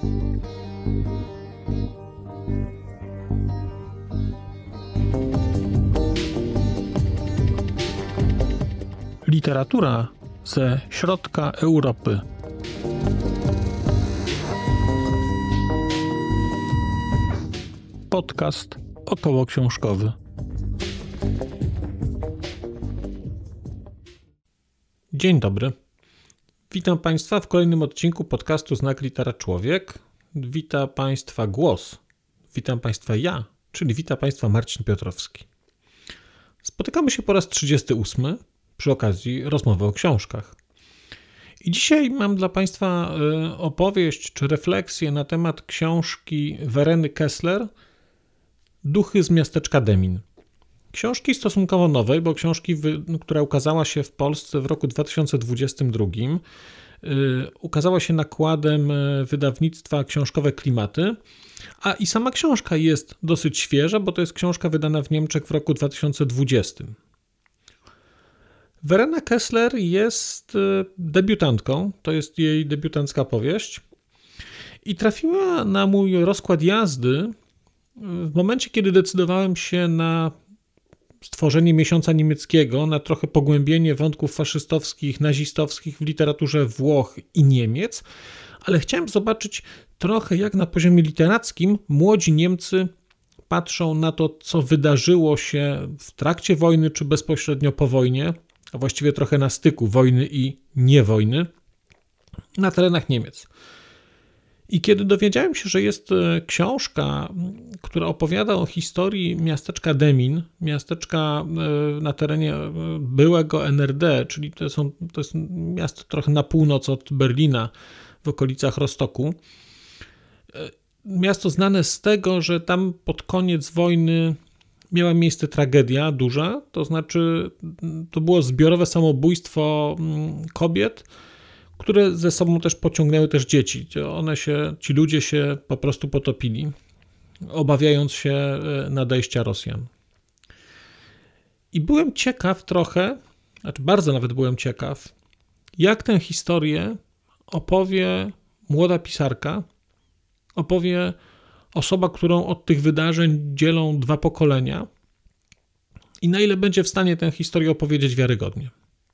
Literatura ze środka Europy. Podcast okołoksiążkowy. Dzień dobry. Witam Państwa w kolejnym odcinku podcastu Znak Litera Człowiek. Witam Państwa głos. Witam Państwa ja, czyli witam Państwa Marcin Piotrowski. Spotykamy się po raz 38 przy okazji rozmowy o książkach. I dzisiaj mam dla Państwa opowieść czy refleksję na temat książki Wereny Kessler Duchy z miasteczka Demmin. Książki stosunkowo nowej, bo książki, która ukazała się w Polsce w roku 2022, ukazała się nakładem wydawnictwa książkowe Klimaty, a i sama książka jest dosyć świeża, bo to jest książka wydana w Niemczech w roku 2020. Werena Kessler jest debiutantką, to jest jej debiutancka powieść i trafiła na mój rozkład jazdy w momencie, kiedy decydowałem się na stworzenie miesiąca niemieckiego, na trochę pogłębienie wątków faszystowskich, nazistowskich w literaturze Włoch i Niemiec, ale chciałem zobaczyć trochę, jak na poziomie literackim młodzi Niemcy patrzą na to, co wydarzyło się w trakcie wojny czy bezpośrednio po wojnie, a właściwie trochę na styku wojny i niewojny na terenach Niemiec. I kiedy dowiedziałem się, że jest książka, która opowiada o historii miasteczka Demmin, miasteczka na terenie byłego NRD, czyli to jest miasto trochę na północ od Berlina, w okolicach Rostoku. Miasto znane z tego, że tam pod koniec wojny miała miejsce tragedia duża, to znaczy to było zbiorowe samobójstwo kobiet, które ze sobą też pociągnęły też dzieci. Ci ludzie się po prostu potopili, obawiając się nadejścia Rosjan. I byłem ciekaw trochę, bardzo nawet byłem ciekaw, jak tę historię opowie młoda pisarka, opowie osoba, którą od tych wydarzeń dzielą 2 pokolenia i na ile będzie w stanie tę historię opowiedzieć wiarygodnie.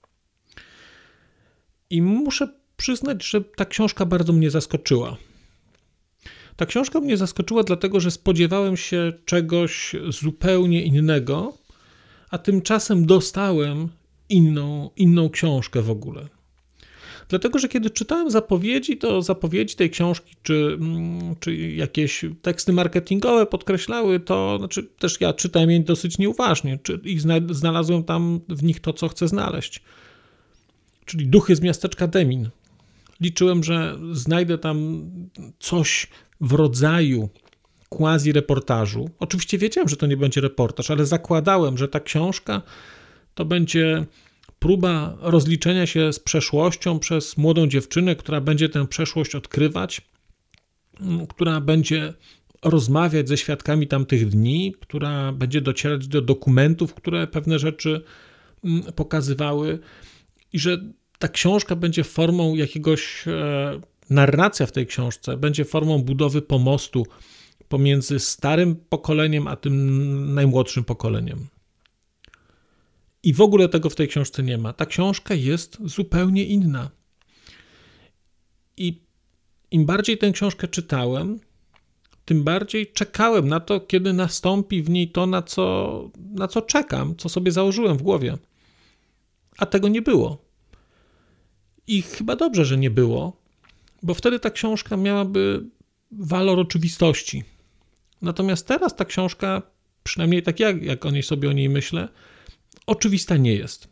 I muszę przyznać, że ta książka bardzo mnie zaskoczyła. Ta książka mnie zaskoczyła dlatego, że spodziewałem się czegoś zupełnie innego, a tymczasem dostałem inną książkę w ogóle. Dlatego, że kiedy czytałem zapowiedzi, to zapowiedzi tej książki, czy jakieś teksty marketingowe podkreślały to, znaczy też ja czytałem je dosyć nieuważnie, i znalazłem tam w nich to, co chcę znaleźć. Czyli Duchy z miasteczka Demmin. Liczyłem, że znajdę tam coś w rodzaju quasi-reportażu. Oczywiście wiedziałem, że to nie będzie reportaż, ale zakładałem, że ta książka to będzie próba rozliczenia się z przeszłością przez młodą dziewczynę, która będzie tę przeszłość odkrywać, która będzie rozmawiać ze świadkami tamtych dni, która będzie docierać do dokumentów, które pewne rzeczy pokazywały i że ta książka będzie formą narracja w tej książce będzie formą budowy pomostu pomiędzy starym pokoleniem a tym najmłodszym pokoleniem. I w ogóle tego w tej książce nie ma. Ta książka jest zupełnie inna. I im bardziej tę książkę czytałem, tym bardziej czekałem na to, kiedy nastąpi w niej to, na co czekam, co sobie założyłem w głowie. A tego nie było. I chyba dobrze, że nie było, bo wtedy ta książka miałaby walor oczywistości. Natomiast teraz ta książka, przynajmniej tak jak o niej myślę, oczywista nie jest.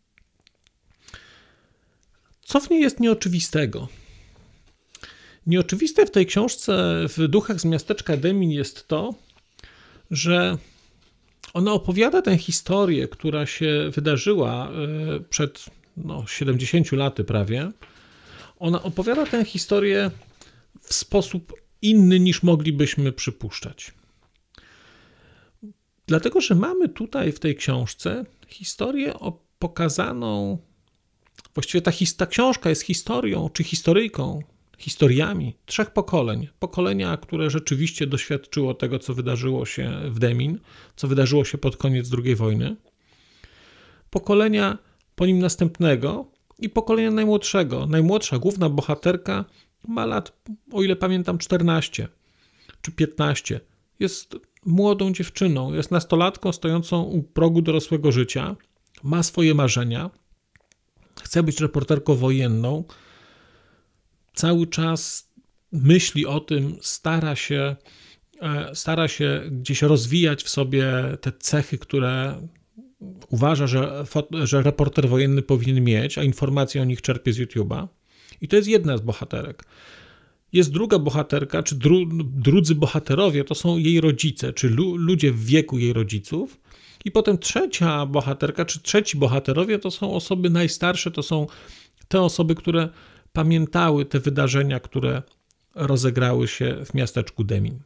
Co w niej jest nieoczywistego? Nieoczywiste w tej książce w Duchach z miasteczka Demmin jest to, że ona opowiada tę historię, która się wydarzyła przed 70 laty prawie. Ona opowiada tę historię w sposób inny niż moglibyśmy przypuszczać. Dlatego, że mamy tutaj w tej książce historię pokazaną, właściwie ta książka jest historią, czy historyjką historiami 3 pokoleń. Pokolenia, które rzeczywiście doświadczyło tego, co wydarzyło się w Demmin, co wydarzyło się pod koniec II wojny. Pokolenia po nim następnego i pokolenia najmłodszego. Najmłodsza, główna bohaterka ma lat, o ile pamiętam, 14 czy 15. Jest młodą dziewczyną, jest nastolatką stojącą u progu dorosłego życia, ma swoje marzenia, chce być reporterką wojenną, cały czas myśli o tym, stara się gdzieś rozwijać w sobie te cechy, które uważa, że reporter wojenny powinien mieć, a informacje o nich czerpie z YouTube'a. I to jest jedna z bohaterek. Jest druga bohaterka, czy drudzy bohaterowie, to są jej rodzice, czy ludzie w wieku jej rodziców. I potem trzecia bohaterka, czy trzeci bohaterowie, to są osoby najstarsze, to są te osoby, które pamiętały te wydarzenia, które rozegrały się w miasteczku Demmin.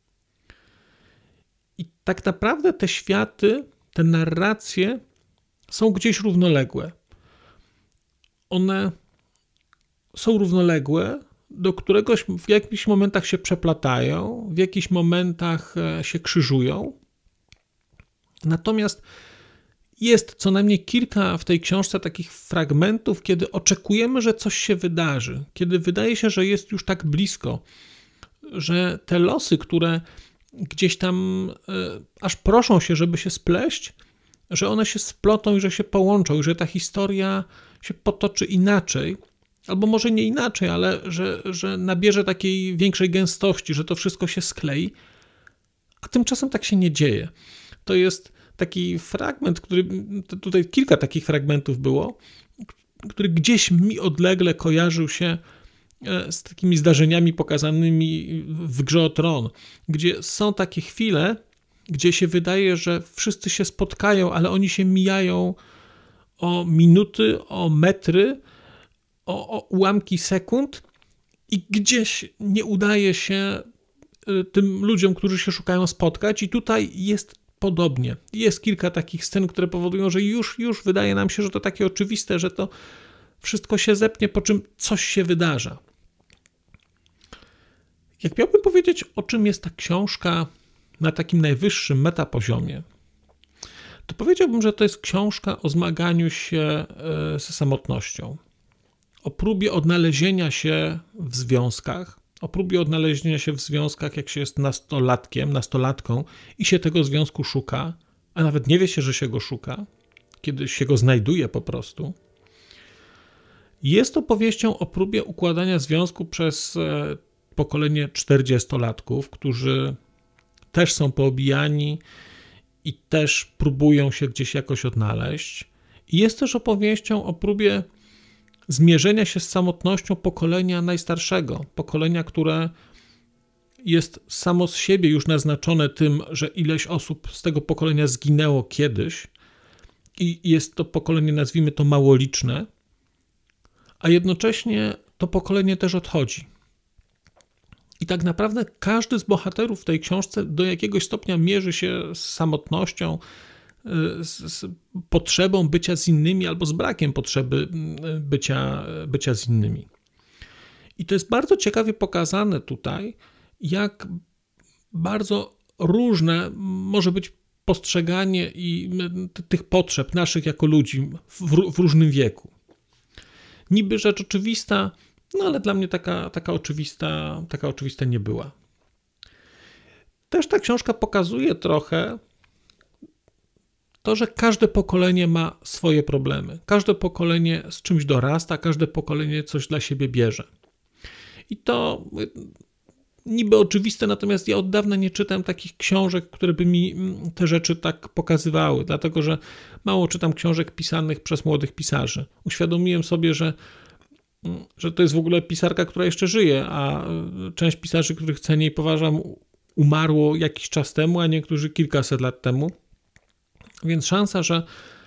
I tak naprawdę te światy, te narracje są gdzieś równoległe. One są równoległe, do któregoś w jakichś momentach się przeplatają, w jakichś momentach się krzyżują. Natomiast jest co najmniej kilka w tej książce takich fragmentów, kiedy oczekujemy, że coś się wydarzy, kiedy wydaje się, że jest już tak blisko, że te losy, które gdzieś tam aż proszą się, żeby się spleść, że one się splotą i że się połączą, i że ta historia się potoczy inaczej, albo może nie inaczej, ale że nabierze takiej większej gęstości, że to wszystko się sklei, a tymczasem tak się nie dzieje. To jest taki fragment, tutaj kilka takich fragmentów było, który gdzieś mi odlegle kojarzył się z takimi zdarzeniami pokazanymi w Grze o Tron, gdzie są takie chwile, gdzie się wydaje, że wszyscy się spotkają, ale oni się mijają o minuty, o metry, o ułamki sekund i gdzieś nie udaje się tym ludziom, którzy się szukają, spotkać, i tutaj jest podobnie. Jest kilka takich scen, które powodują, że już wydaje nam się, że to takie oczywiste, że to wszystko się zepnie, po czym coś się wydarza. Jak miałbym powiedzieć, o czym jest ta książka na takim najwyższym metapoziomie, to powiedziałbym, że to jest książka o zmaganiu się ze samotnością, o próbie odnalezienia się w związkach, jak się jest nastolatką i się tego związku szuka, a nawet nie wie się, że się go szuka, kiedy się go znajduje po prostu. Jest opowieścią o próbie układania związku przez pokolenie 40-latków, którzy też są poobijani i też próbują się gdzieś jakoś odnaleźć. I jest też opowieścią o próbie zmierzenia się z samotnością pokolenia najstarszego, pokolenia, które jest samo z siebie już naznaczone tym, że ileś osób z tego pokolenia zginęło kiedyś i jest to pokolenie, nazwijmy to, małoliczne, a jednocześnie to pokolenie też odchodzi. I tak naprawdę każdy z bohaterów w tej książce do jakiegoś stopnia mierzy się z samotnością, z potrzebą bycia z innymi albo z brakiem potrzeby bycia z innymi. I to jest bardzo ciekawie pokazane tutaj, jak bardzo różne może być postrzeganie i tych potrzeb naszych jako ludzi w różnym wieku. Niby rzecz oczywista, no ale dla mnie taka oczywista nie była. Też ta książka pokazuje trochę to, że każde pokolenie ma swoje problemy. Każde pokolenie z czymś dorasta, każde pokolenie coś dla siebie bierze. I to niby oczywiste, natomiast ja od dawna nie czytam takich książek, które by mi te rzeczy tak pokazywały, dlatego że mało czytam książek pisanych przez młodych pisarzy. Uświadomiłem sobie, że to jest w ogóle pisarka, która jeszcze żyje, a część pisarzy, których cenię i poważam, umarło jakiś czas temu, a niektórzy kilkaset lat temu. Więc szansa, że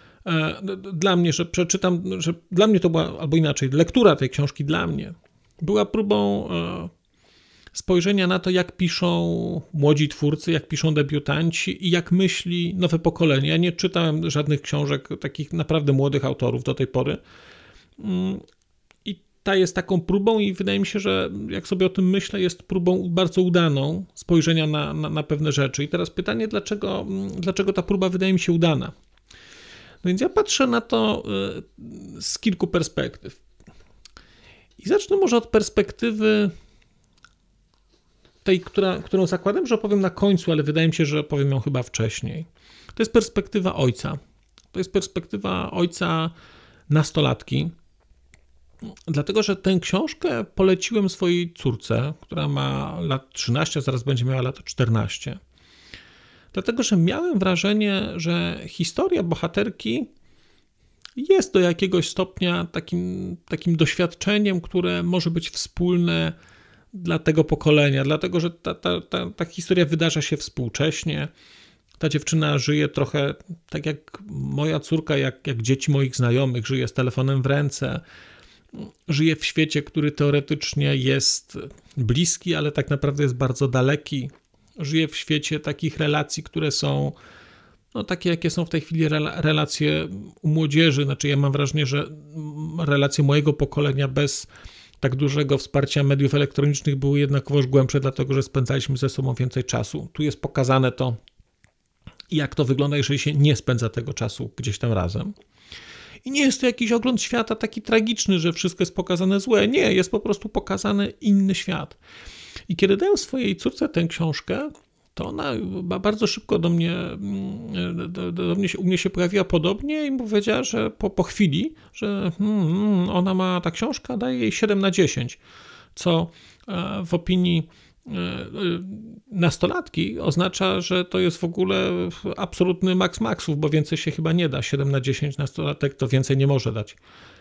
dla mnie, że przeczytam, że dla mnie to była, albo inaczej, lektura tej książki dla mnie była próbą spojrzenia na to, jak piszą młodzi twórcy, jak piszą debiutanci i jak myśli nowe pokolenie. Ja nie czytałem żadnych książek takich naprawdę młodych autorów do tej pory. I ta jest taką próbą i wydaje mi się, że jak sobie o tym myślę, jest próbą bardzo udaną spojrzenia na pewne rzeczy. I teraz pytanie, dlaczego ta próba wydaje mi się udana? No więc ja patrzę na to z kilku perspektyw. I zacznę może od perspektywy tej, którą zakładam, że opowiem na końcu, ale wydaje mi się, że opowiem ją chyba wcześniej. To jest perspektywa ojca. To jest perspektywa ojca nastolatki, dlatego, że tę książkę poleciłem swojej córce, która ma lat 13, zaraz będzie miała lat 14. Dlatego, że miałem wrażenie, że historia bohaterki jest do jakiegoś stopnia takim doświadczeniem, które może być wspólne dla tego pokolenia, dlatego, że ta historia wydarza się współcześnie. Ta dziewczyna żyje trochę tak jak moja córka, jak dzieci moich znajomych, żyje z telefonem w ręce, żyje w świecie, który teoretycznie jest bliski, ale tak naprawdę jest bardzo daleki. Żyje w świecie takich relacji, które są takie, jakie są w tej chwili relacje u młodzieży. Znaczy ja mam wrażenie, że relacje mojego pokolenia bez tak dużego wsparcia mediów elektronicznych były jednakowoż głębsze, dlatego że spędzaliśmy ze sobą więcej czasu. Tu jest pokazane to, jak to wygląda, jeżeli się nie spędza tego czasu gdzieś tam razem. I nie jest to jakiś ogląd świata taki tragiczny, że wszystko jest pokazane złe. Nie, jest po prostu pokazany inny świat. I kiedy dałem swojej córce tę książkę, to ona bardzo szybko u mnie się pojawiła podobnie i powiedziała, że po chwili, że ona ma, ta książka daje jej 7/10, co w opinii nastolatki oznacza, że to jest w ogóle absolutny maks maksów, bo więcej się chyba nie da. 7/10 nastolatek to więcej nie może dać.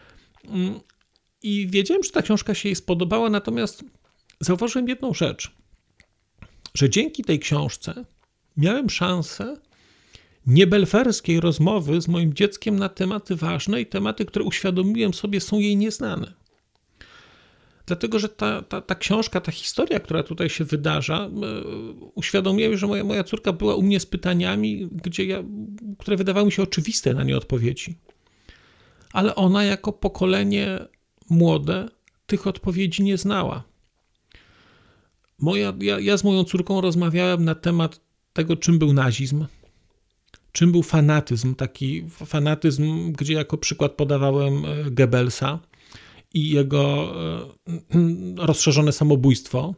I wiedziałem, że ta książka się jej spodobała, natomiast zauważyłem jedną rzecz, że dzięki tej książce miałem szansę niebelferskiej rozmowy z moim dzieckiem na tematy ważne i tematy, które uświadomiłem sobie, są jej nieznane. Dlatego, że ta książka, ta historia, która tutaj się wydarza, uświadomiła mi, że moja córka była u mnie z pytaniami, które wydawały mi się oczywiste na nie odpowiedzi. Ale ona jako pokolenie młode tych odpowiedzi nie znała. Ja z moją córką rozmawiałem na temat tego, czym był nazizm, czym był fanatyzm, taki fanatyzm, gdzie jako przykład podawałem Goebbelsa i jego rozszerzone samobójstwo.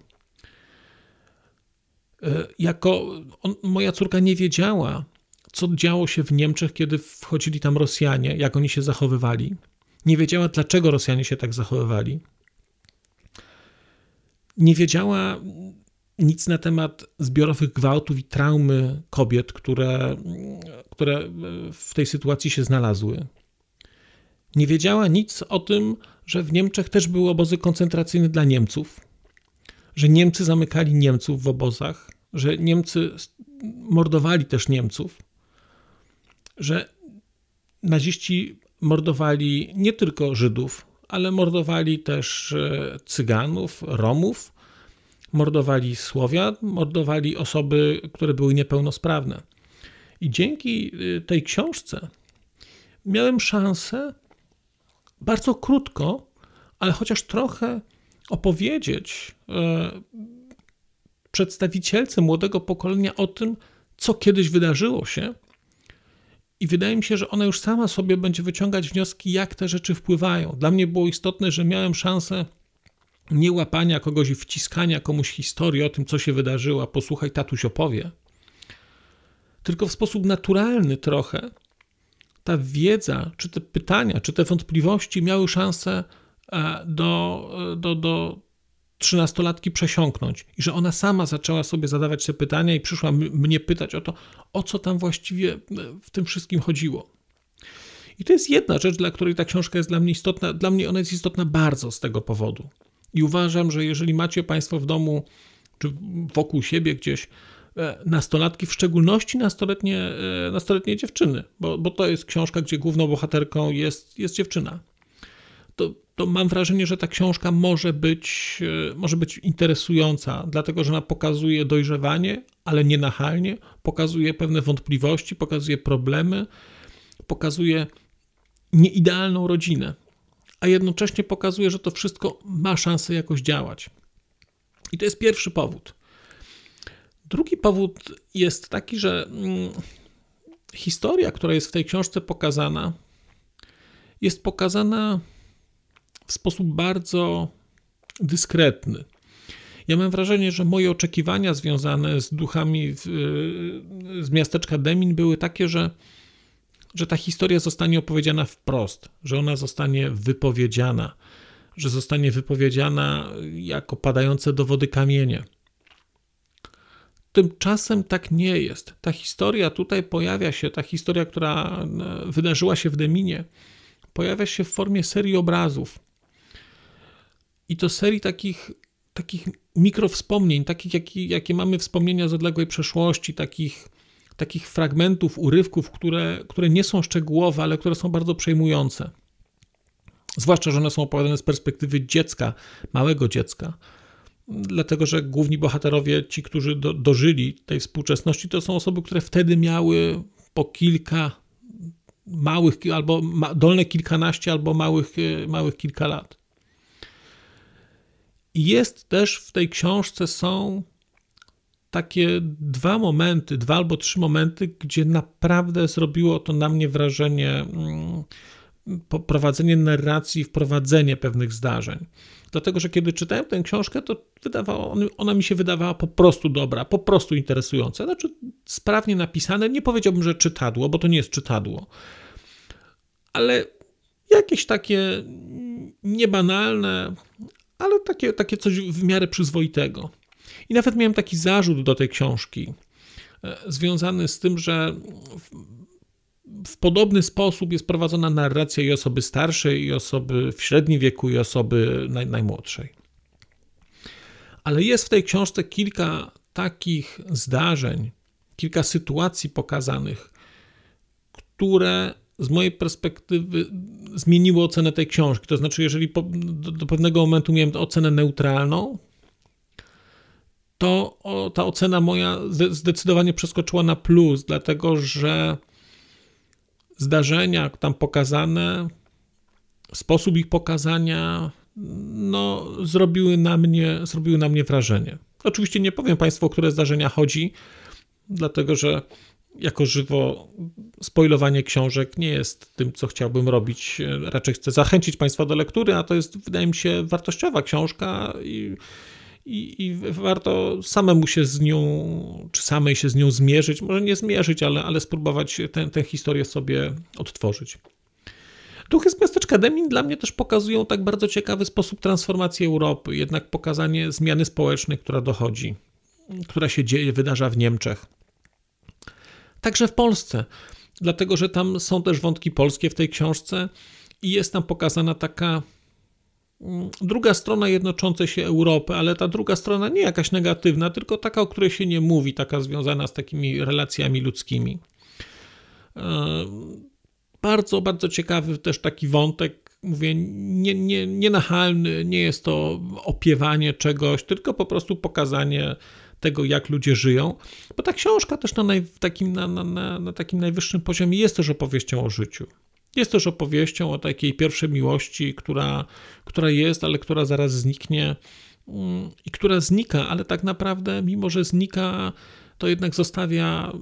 Moja córka nie wiedziała, co działo się w Niemczech, kiedy wchodzili tam Rosjanie, jak oni się zachowywali. Nie wiedziała, dlaczego Rosjanie się tak zachowywali. Nie wiedziała nic na temat zbiorowych gwałtów i traumy kobiet, które w tej sytuacji się znalazły. Nie wiedziała nic o tym, że w Niemczech też były obozy koncentracyjne dla Niemców, że Niemcy zamykali Niemców w obozach, że Niemcy mordowali też Niemców, że naziści mordowali nie tylko Żydów, ale mordowali też Cyganów, Romów, mordowali Słowian, mordowali osoby, które były niepełnosprawne. I dzięki tej książce miałem szansę bardzo krótko, ale chociaż trochę opowiedzieć przedstawicielce młodego pokolenia o tym, co kiedyś wydarzyło się. I wydaje mi się, że ona już sama sobie będzie wyciągać wnioski, jak te rzeczy wpływają. Dla mnie było istotne, że miałem szansę nie łapania kogoś i wciskania komuś historii o tym, co się wydarzyło, a posłuchaj, tatuś opowie. Tylko w sposób naturalny trochę ta wiedza, czy te pytania, czy te wątpliwości miały szansę do 13-latki przesiąknąć. I że ona sama zaczęła sobie zadawać te pytania i przyszła mnie pytać o to, o co tam właściwie w tym wszystkim chodziło. I to jest jedna rzecz, dla której ta książka jest dla mnie istotna. Dla mnie ona jest istotna bardzo z tego powodu. I uważam, że jeżeli macie Państwo w domu, czy wokół siebie gdzieś nastolatki, w szczególności nastoletnie dziewczyny, bo to jest książka, gdzie główną bohaterką jest dziewczyna, to mam wrażenie, że ta książka może być interesująca, dlatego że ona pokazuje dojrzewanie, ale nie nachalnie, pokazuje pewne wątpliwości, pokazuje problemy, pokazuje nieidealną rodzinę, a jednocześnie pokazuje, że to wszystko ma szansę jakoś działać. I to jest pierwszy powód. Drugi powód jest taki, że historia, która jest w tej książce pokazana, jest pokazana w sposób bardzo dyskretny. Ja mam wrażenie, że moje oczekiwania związane z duchami z miasteczka Demin były takie, że ta historia zostanie opowiedziana wprost, że ona zostanie wypowiedziana, że zostanie wypowiedziana jako padające do wody kamienie. Tymczasem tak nie jest. Ta historia tutaj pojawia się, ta historia, która wydarzyła się w Deminie, pojawia się w formie serii obrazów. I to serii takich mikrowspomnień, takich, jakie mamy wspomnienia z odległej przeszłości, takich fragmentów, urywków, które nie są szczegółowe, ale które są bardzo przejmujące. Zwłaszcza, że one są opowiadane z perspektywy dziecka, małego dziecka. Dlatego, że główni bohaterowie, ci, którzy dożyli tej współczesności, to są osoby, które wtedy miały po kilka małych, albo dolne kilkanaście, albo małych kilka lat. I jest też w tej książce są takie dwa albo trzy momenty, gdzie naprawdę zrobiło to na mnie wrażenie prowadzenie narracji, wprowadzenie pewnych zdarzeń. Dlatego, że kiedy czytałem tę książkę, to ona mi się wydawała po prostu dobra, po prostu interesująca. Znaczy sprawnie napisane, nie powiedziałbym, że czytadło, bo to nie jest czytadło, ale jakieś takie niebanalne, ale takie coś w miarę przyzwoitego. I nawet miałem taki zarzut do tej książki, związany z tym, że w podobny sposób jest prowadzona narracja i osoby starszej, i osoby w średnim wieku, i osoby najmłodszej. Ale jest w tej książce kilka takich zdarzeń, kilka sytuacji pokazanych, które z mojej perspektywy zmieniły ocenę tej książki. To znaczy, jeżeli do pewnego momentu miałem ocenę neutralną, to ta ocena moja zdecydowanie przeskoczyła na plus, dlatego że zdarzenia tam pokazane, sposób ich pokazania, zrobiły na mnie wrażenie. Oczywiście nie powiem Państwu, o które zdarzenia chodzi, dlatego że jako żywo spoilowanie książek nie jest tym, co chciałbym robić. Raczej chcę zachęcić Państwa do lektury, a to jest, wydaje mi się, wartościowa książka i warto samemu się z nią, czy samej się z nią zmierzyć, może nie zmierzyć, ale spróbować tę historię sobie odtworzyć. Duchy z miasteczka Demin dla mnie też pokazują tak bardzo ciekawy sposób transformacji Europy, jednak pokazanie zmiany społecznej, która się dzieje, wydarza w Niemczech. Także w Polsce, dlatego że tam są też wątki polskie w tej książce i jest tam pokazana taka druga strona jednoczącej się Europy, ale ta druga strona nie jakaś negatywna, tylko taka, o której się nie mówi, taka związana z takimi relacjami ludzkimi. Bardzo, bardzo ciekawy też taki wątek, mówię, nie nachalny, nie jest to opiewanie czegoś, tylko po prostu pokazanie tego, jak ludzie żyją, bo ta książka też na takim najwyższym poziomie jest też opowieścią o życiu. Jest też opowieścią o takiej pierwszej miłości, która jest, ale która zaraz zniknie i która znika, ale tak naprawdę, mimo że znika, to jednak zostawia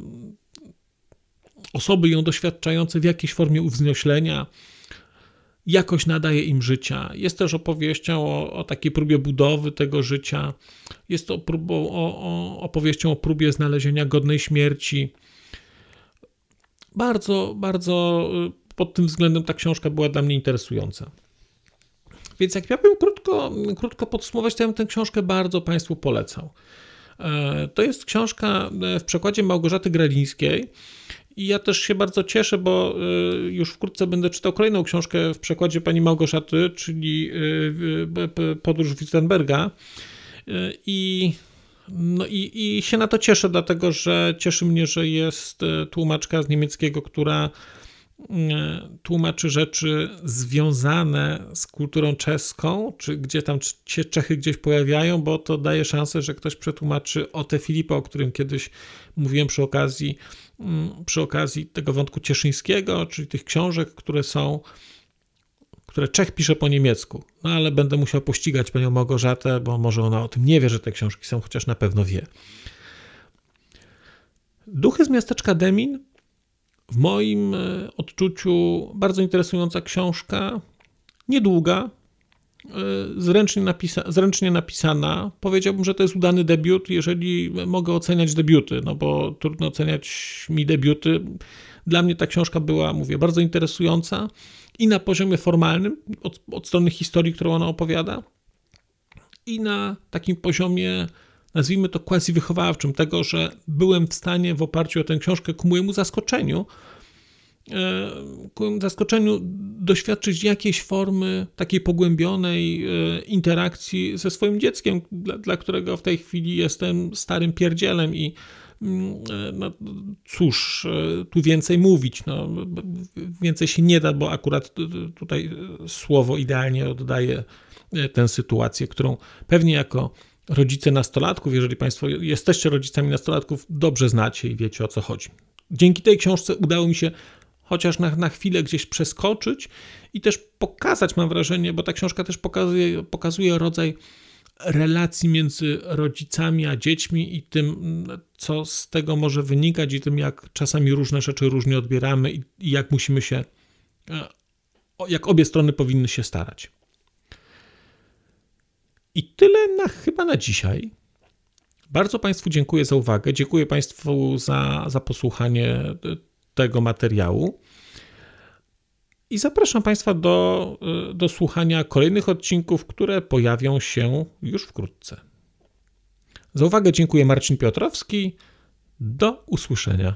osoby ją doświadczające w jakiejś formie uwznioślenia, jakoś nadaje im życia. Jest też opowieścią o takiej próbie budowy tego życia. Jest to opowieścią o próbie znalezienia godnej śmierci. Bardzo, bardzo pod tym względem ta książka była dla mnie interesująca. Więc jak miałbym krótko podsumować, to ja bym tę książkę bardzo Państwu polecał. To jest książka w przekładzie Małgorzaty Grelińskiej i ja też się bardzo cieszę, bo już wkrótce będę czytał kolejną książkę w przekładzie pani Małgorzaty, czyli Podróż Wittenberga i się na to cieszę, dlatego że cieszy mnie, że jest tłumaczka z niemieckiego, która tłumaczy rzeczy związane z kulturą czeską, czy gdzie tam się Czechy gdzieś pojawiają, bo to daje szansę, że ktoś przetłumaczy Otto Filipa, o którym kiedyś mówiłem przy okazji tego wątku cieszyńskiego, czyli tych książek, które są które Czech pisze po niemiecku. No ale będę musiał pościgać panią Małgorzatę, bo może ona o tym nie wie, że te książki są, chociaż na pewno wie. Duchy z miasteczka Demin, w moim odczuciu bardzo interesująca książka, niedługa, zręcznie napisana. Powiedziałbym, że to jest udany debiut, jeżeli mogę oceniać debiuty, no bo trudno oceniać mi debiuty. Dla mnie ta książka była, mówię, bardzo interesująca i na poziomie formalnym, od strony historii, którą ona opowiada, i na takim poziomie, nazwijmy to quasi-wychowawczym, tego, że byłem w stanie w oparciu o tę książkę ku mojemu zaskoczeniu doświadczyć jakiejś formy takiej pogłębionej interakcji ze swoim dzieckiem, dla którego w tej chwili jestem starym pierdzielem i no cóż, tu więcej mówić, no, więcej się nie da, bo akurat tutaj słowo idealnie oddaje tę sytuację, którą pewnie jako rodzice nastolatków, jeżeli Państwo jesteście rodzicami nastolatków, dobrze znacie i wiecie, o co chodzi. Dzięki tej książce udało mi się chociaż na chwilę gdzieś przeskoczyć i też pokazać, mam wrażenie, bo ta książka też pokazuje rodzaj relacji między rodzicami a dziećmi i tym, co z tego może wynikać i tym, jak czasami różne rzeczy różnie odbieramy i jak musimy się, jak obie strony powinny się starać. I tyle chyba na dzisiaj. Bardzo Państwu dziękuję za uwagę, dziękuję Państwu za posłuchanie tego materiału i zapraszam Państwa do słuchania kolejnych odcinków, które pojawią się już wkrótce. Za uwagę dziękuję, Marcin Piotrowski. Do usłyszenia.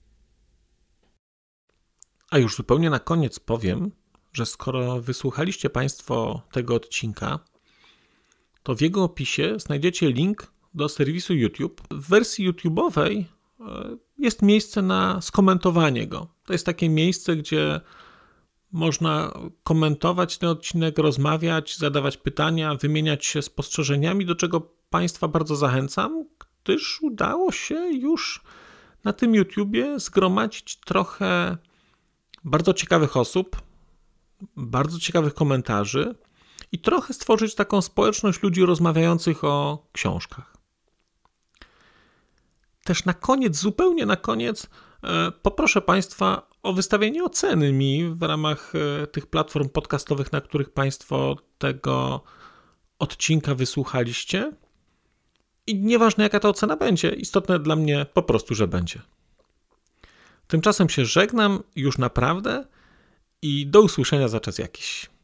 A już zupełnie na koniec powiem, że skoro wysłuchaliście Państwo tego odcinka, to w jego opisie znajdziecie link do serwisu YouTube. W wersji YouTube'owej jest miejsce na skomentowanie go. To jest takie miejsce, gdzie można komentować ten odcinek, rozmawiać, zadawać pytania, wymieniać się spostrzeżeniami, do czego Państwa bardzo zachęcam, gdyż udało się już na tym YouTubie zgromadzić trochę bardzo ciekawych osób, bardzo ciekawych komentarzy i trochę stworzyć taką społeczność ludzi rozmawiających o książkach. Też na koniec, zupełnie na koniec, poproszę Państwa o wystawienie oceny mi w ramach tych platform podcastowych, na których Państwo tego odcinka wysłuchaliście. I nieważne, jaka ta ocena będzie, istotne dla mnie po prostu, że będzie. Tymczasem się żegnam już naprawdę i do usłyszenia za czas jakiś.